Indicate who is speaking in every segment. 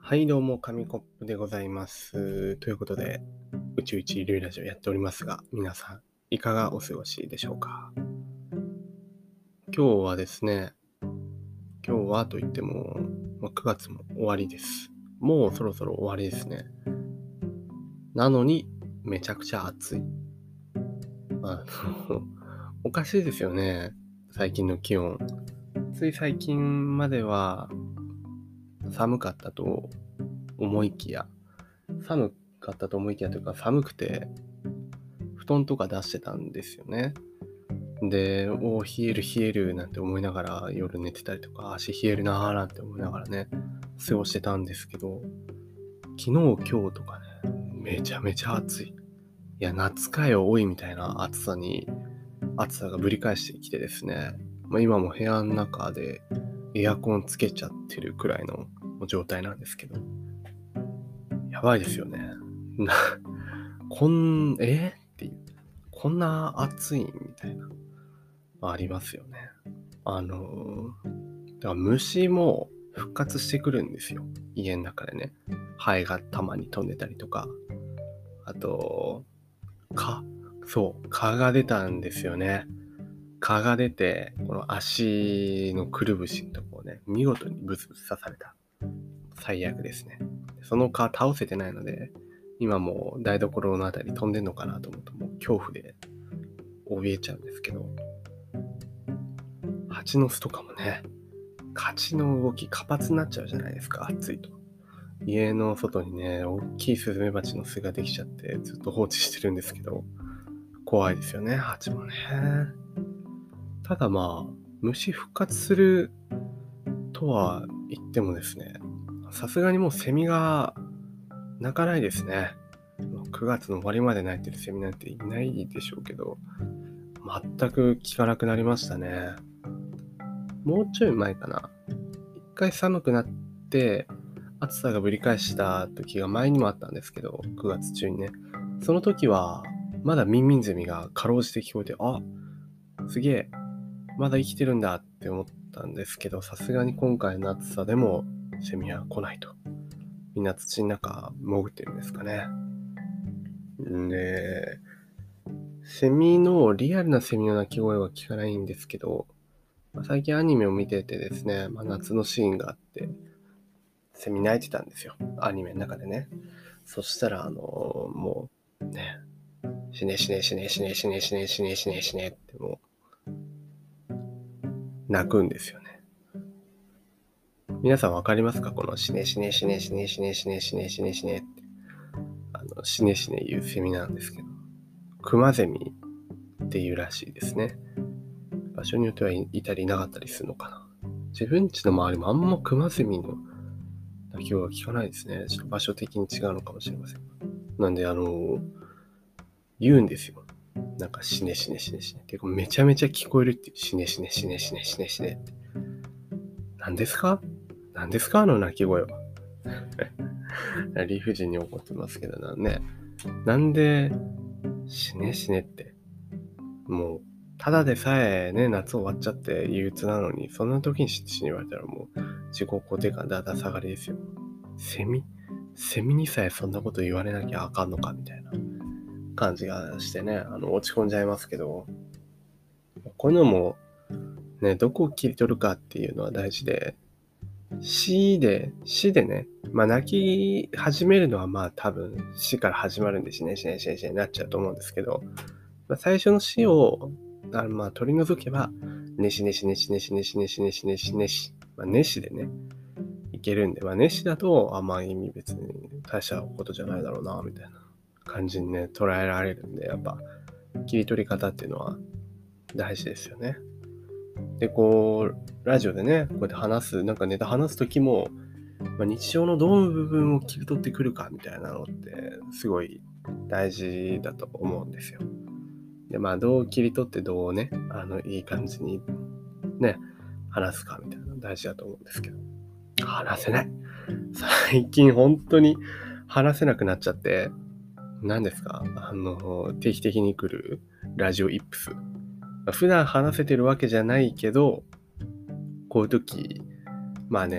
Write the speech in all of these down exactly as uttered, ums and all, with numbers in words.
Speaker 1: はいどうも紙コップでございますということでうちうちルイラジオやっておりますが、皆さんいかがお過ごしでしょうか。今日はですね今日はといっても、まあ、くがつも終わりです。もうそろそろ終わりですね。なのにめちゃくちゃ暑い。あのおかしいですよね、最近の気温。つい最近までは寒かったと思いきや寒かったと思いきやというか寒くて布団とか出してたんですよね。で、お冷える冷えるなんて思いながら夜寝てたりとか、足冷えるなーなんて思いながらね過ごしてたんですけど、昨日今日とかねめちゃめちゃ暑い。いや夏かよおいみたいな暑さに暑さがぶり返してきてですね、まあ、今も部屋の中でエアコンつけちゃってるくらいの状態なんですけど、やばいですよね。なこんえっていうこんな暑いみたいなありますよね。あのだから虫も復活してくるんですよ、家の中でね。ハエがたまに飛んでたりとか、あと蚊そう蚊が出たんですよね。蚊が出て、この足のくるぶしのとこをね見事にブツブツ刺された。最悪ですね。その蚊倒せてないので、今もう台所のあたり飛んでんのかなと思うともう恐怖で怯えちゃうんですけど、蜂の巣とかもね、蜂の動き活発になっちゃうじゃないですか、暑いと。家の外にね大きいスズメバチの巣ができちゃってずっと放置してるんですけど、怖いですよね、蜂もね。ただまあ虫復活するとは言ってもですね、さすがにもうセミが鳴かないですね。くがつの終わりまで鳴いてるセミなんていないでしょうけど、全く聞かなくなりましたね。もうちょい前かな、一回寒くなって暑さがぶり返した時が前にもあったんですけど、くがつ中にね、その時はまだミンミンゼミがかろうじて聞こえて、あ、すげえまだ生きてるんだって思ったんですけど、さすがに今回の暑さでもセミは来ないと。みんな土の中潜ってるんですかね。で、セミのリアルなセミの鳴き声は聞かないんですけど、まあ、最近アニメを見ててですね、まあ、夏のシーンがあってセミ鳴いてたんですよ、アニメの中でね。そしたらあのー、もうね、しねしねしねしねしねしねしねしねしねってもう鳴くんですよね。皆さんわかりますか、このしねしねしねしねしねしねしねしねしねって、あのしねしね言うセミなんですけど、クマゼミっていうらしいですね。場所によってはいたりいなかったりするのかな。自分家の周りもあんまクマゼミの鳴き声は聞かないですね。ちょっと場所的に違うのかもしれません。なんであの言うんですよ。なんかしねしねしねしね。結構めちゃめちゃ聞こえるっていう。しねしねしねしねしねしねって。何ですか何ですかあの鳴き声は。理不尽に怒ってますけどなね。なんでしねしねって。もうただでさえね夏終わっちゃって憂鬱なのに、そんな時にしに言われたらもう自己肯定感だだ下がりですよ。セミセミにさえそんなこと言われなきゃあかんのかみたいな感じがしてね、あの落ち込んじゃいますけど、こういうのもね、どこを切り取るかっていうのは大事で、死で死でね、まあ泣き始めるのはまあ多分死から始まるんでしねしねしねしねになっちゃうと思うんですけど、まあ、最初の死をあまあ取り除けばねしねしねしねしねしねしねしねしねし、まあねしでねいけるんで、まあねしだとあまあ意味別に大したことじゃないだろうなみたいな感じにね捉えられるんで、やっぱ切り取り方っていうのは大事ですよね。でこうラジオでねこうやって話す、なんかネタ話す時も、まあ、日常のどの部分を切り取ってくるかみたいなのってすごい大事だと思うんですよ。でまあどう切り取ってどうねあのいい感じにね話すかみたいなの大事だと思うんですけど、話せない。最近本当に話せなくなっちゃって、何ですかあの定期的に来るラジオイップス、普段話せてるわけじゃないけど、こういう時まあね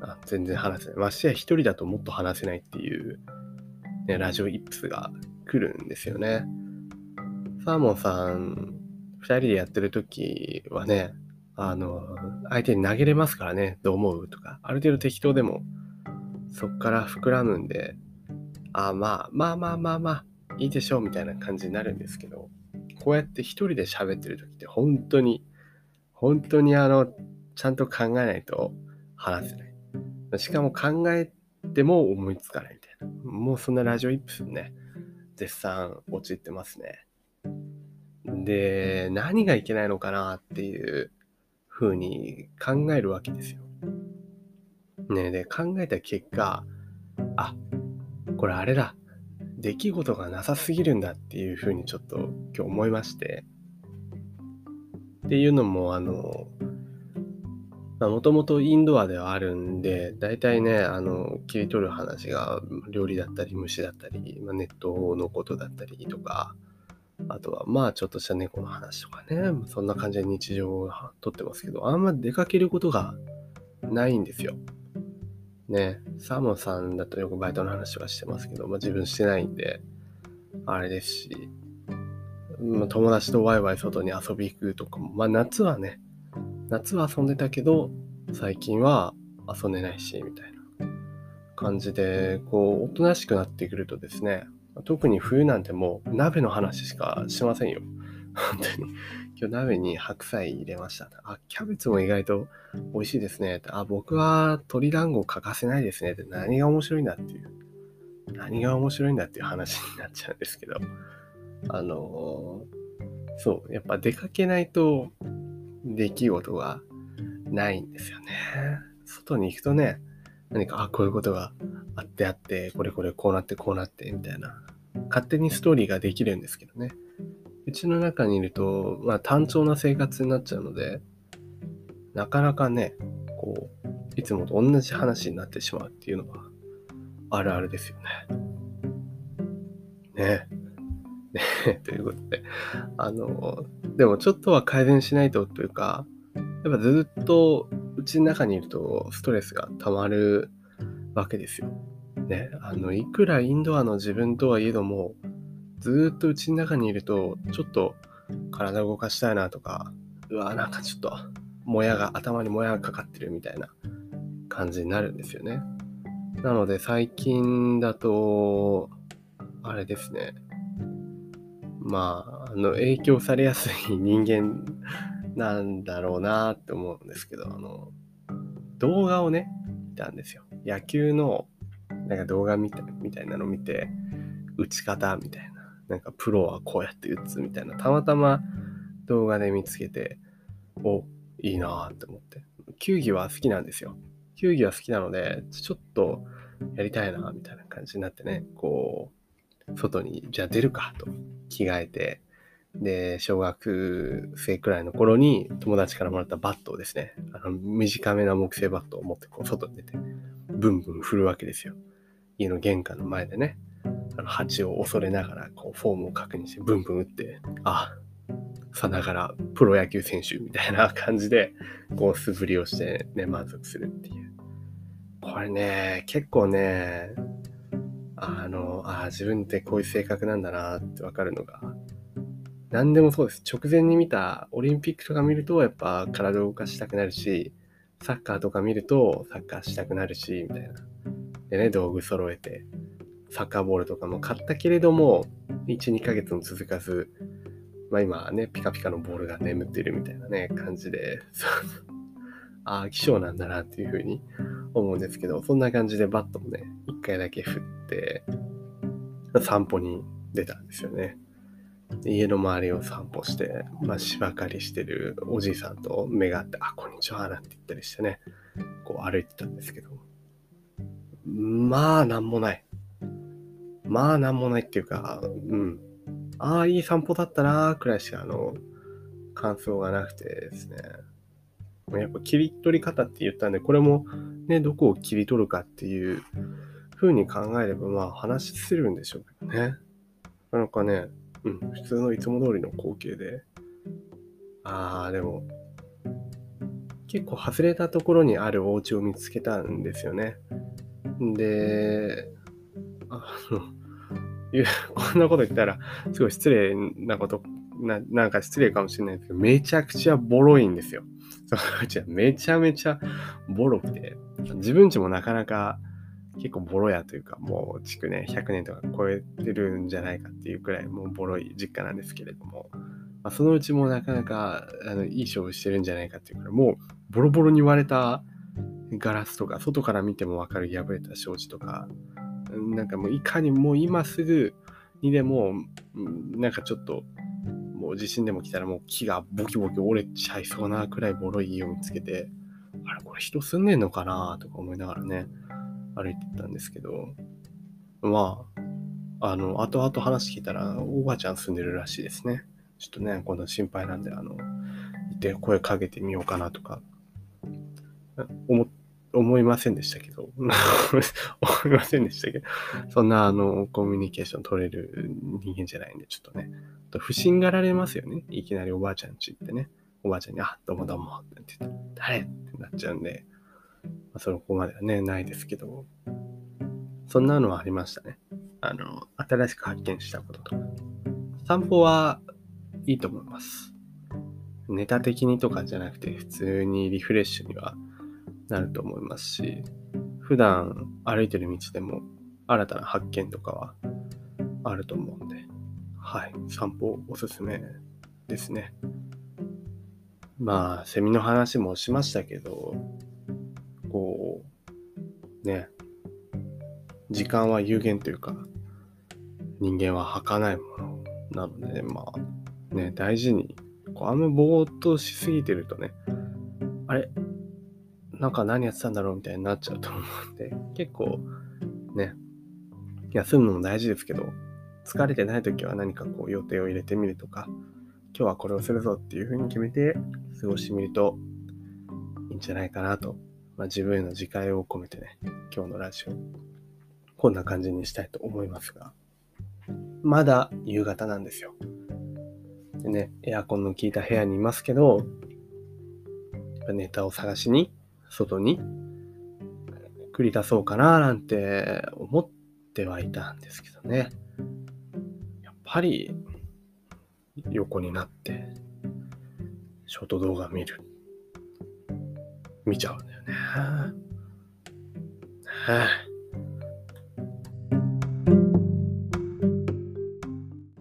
Speaker 1: あ全然話せない。ましてや一人だともっと話せないっていう、ね、ラジオイップスが来るんですよね。サーモンさん、二人でやってる時はね、あの、相手に投げれますからね、どう思うとか、ある程度適当でも、そっから膨らむんで、あまあ、まあまあまあまあ、いいでしょうみたいな感じになるんですけど、こうやって一人で喋ってる時って本当に、本当にあの、ちゃんと考えないと話せない。しかも考えても思いつかないみたいな。もうそんなラジオイップスね、絶賛陥ってますね。で、何がいけないのかなっていう風に考えるわけですよ。ね、で、考えた結果、あ、これあれだ。出来事がなさすぎるんだっていう風にちょっと今日思いまして。っていうのも、あの、もともとインドアではあるんで、大体ね、あの、切り取る話が料理だったり虫だったり、まあ、ネットのことだったりとか、あとはまあちょっとした猫の話とかね、そんな感じで日常をとってますけど、あんま出かけることがないんですよ。ね、サーモンさんだとよくバイトの話とかしてますけど、まあ、自分してないんで、あれですし、まあ、友達とワイワイ外に遊び行くとかも、まあ夏はね、夏は遊んでたけど、最近は遊んでないし、みたいな感じで、こう、おとなしくなってくるとですね、特に冬なんてもう鍋の話しかしませんよ。本当に。今日鍋に白菜入れました。あ、キャベツも意外と美味しいですね。あ、僕は鶏団子欠かせないですね。って何が面白いんだっていう。何が面白いんだっていう話になっちゃうんですけど。あのー、そう、やっぱ出かけないと出来事がないんですよね。外に行くとね、何か、あ、こういうことがあってあって、これこれこうなってこうなって、みたいな。勝手にストーリーができるんですけどね。うちの中にいると、まあ単調な生活になっちゃうので、なかなかね、こう、いつもと同じ話になってしまうっていうのは、あるあるですよね。ね。ねということで、あの、でもちょっとは改善しないとというか、やっぱずっとうちの中にいるとストレスが溜まるわけですよ。ね、あの、いくらインドアの自分とはいえども、ずっとうちの中にいると、ちょっと体を動かしたいなとか、うわ、なんかちょっと、もやが、頭にもやがかかってるみたいな感じになるんですよね。なので最近だと、あれですね。まあ、あの、影響されやすい人間なんだろうなって思うんですけど、あの、動画をね、見たんですよ。野球の、なんか動画みたいみたいなのを見て、打ち方みたいな。なんかプロはこうやって打つみたいな。たまたま動画で見つけて、お、いいなって思って。球技は好きなんですよ。球技は好きなので、ちょっとやりたいなみたいな感じになってね、こう、外に、じゃあ出るかと着替えて、で、小学生くらいの頃に友達からもらったバットをですね、あの短めな木製バットを持ってこう外に出て、ブンブン振るわけですよ。家の玄関の前でね、あの蜂を恐れながらこうフォームを確認してブンブン打って、あ、さながらプロ野球選手みたいな感じで、こう素振りをしてね、満足するっていう。これね、結構ね、あの、あ、自分ってこういう性格なんだなってわかるのが、何でもそうです。直前に見たオリンピックとか見るとやっぱ体を動かしたくなるし、サッカーとか見るとサッカーしたくなるし、みたいな。でね、道具揃えて、サッカーボールとかも買ったけれども、いち、にかげつも続かず、まあ今ね、ピカピカのボールが眠ってるみたいなね、感じで、ああ、希少なんだなっていうふうに思うんですけど、そんな感じでバットもね、一回だけ振って、散歩に出たんですよね。家の周りを散歩して、まあ、芝刈りしてるおじいさんと目が合って、あ、こんにちはなんて言ったりしてね、こう歩いてたんですけど、まあ、なんもない。まあ、なんもないっていうか、うん。ああ、いい散歩だったなーくらいしか、あの、感想がなくてですね。やっぱ切り取り方って言ったんで、これもね、どこを切り取るかっていう風に考えれば、まあ話せるんでしょうけどね。なかなかね、うん、普通のいつも通りの光景で、ああ、でも、 結構外れたところにあるお家を見つけたんですよね。で、あの、いうこんなこと言ったらすごい失礼なことな、なんか失礼かもしれないですけど、めちゃくちゃボロいんですよ。そのうちはめちゃめちゃボロくて、自分家もなかなか結構ボロやというか、もう築ねひゃくねんとか超えてるんじゃないかっていうくらいもうボロい実家なんですけれども、まあ、そのうちもなかなかあのいい勝負してるんじゃないかっていうくらい、もうボロボロに割れたガラスとか、外から見てもわかる破れた障子とか、なんかもういかにもう今すぐにでもなんかちょっともう地震でも来たらもう木がボキボキ折れちゃいそうなくらいボロい家を見つけて、あれこれ人住んでんのかなとか思いながらね歩いてったんですけど、まああの後々話聞いたらおばあちゃん住んでるらしいですね。ちょっとね今度心配なんであの行って声かけてみようかなとか思思いませんでしたけど思いませんでしたけどそんなあのコミュニケーション取れる人間じゃないんで、ちょっとね不審がられますよね。いきなりおばあちゃん家行ってね、おばあちゃんにあどうもどうもって言って誰ってなっちゃうんで、まあ、そこまではねないですけど、そんなのはありましたね。あの新しく発見したこととか。散歩はいいと思います。ネタ的にとかじゃなくて普通にリフレッシュにはなると思いますし、普段歩いてる道でも新たな発見とかはあると思うんで、はい、散歩おすすめですね。まあセミの話もしましたけど、こうね、時間は有限というか人間は儚いものなので、ね、まあね大事にこうあんまぼーっとしすぎてるとね、あれなんか何やってたんだろうみたいになっちゃうと思うんで、結構ね休むのも大事ですけど、疲れてない時は何かこう予定を入れてみるとか、今日はこれをするぞっていう風に決めて過ごしてみるといいんじゃないかなと、まあ、自分への自戒を込めてね、今日のラジオこんな感じにしたいと思いますが、まだ夕方なんですよ。でね、エアコンの効いた部屋にいますけど、ネタを探しに外に繰り出そうかななんて思ってはいたんですけどね。やっぱり横になってショート動画見る見ちゃうんだよね。はあ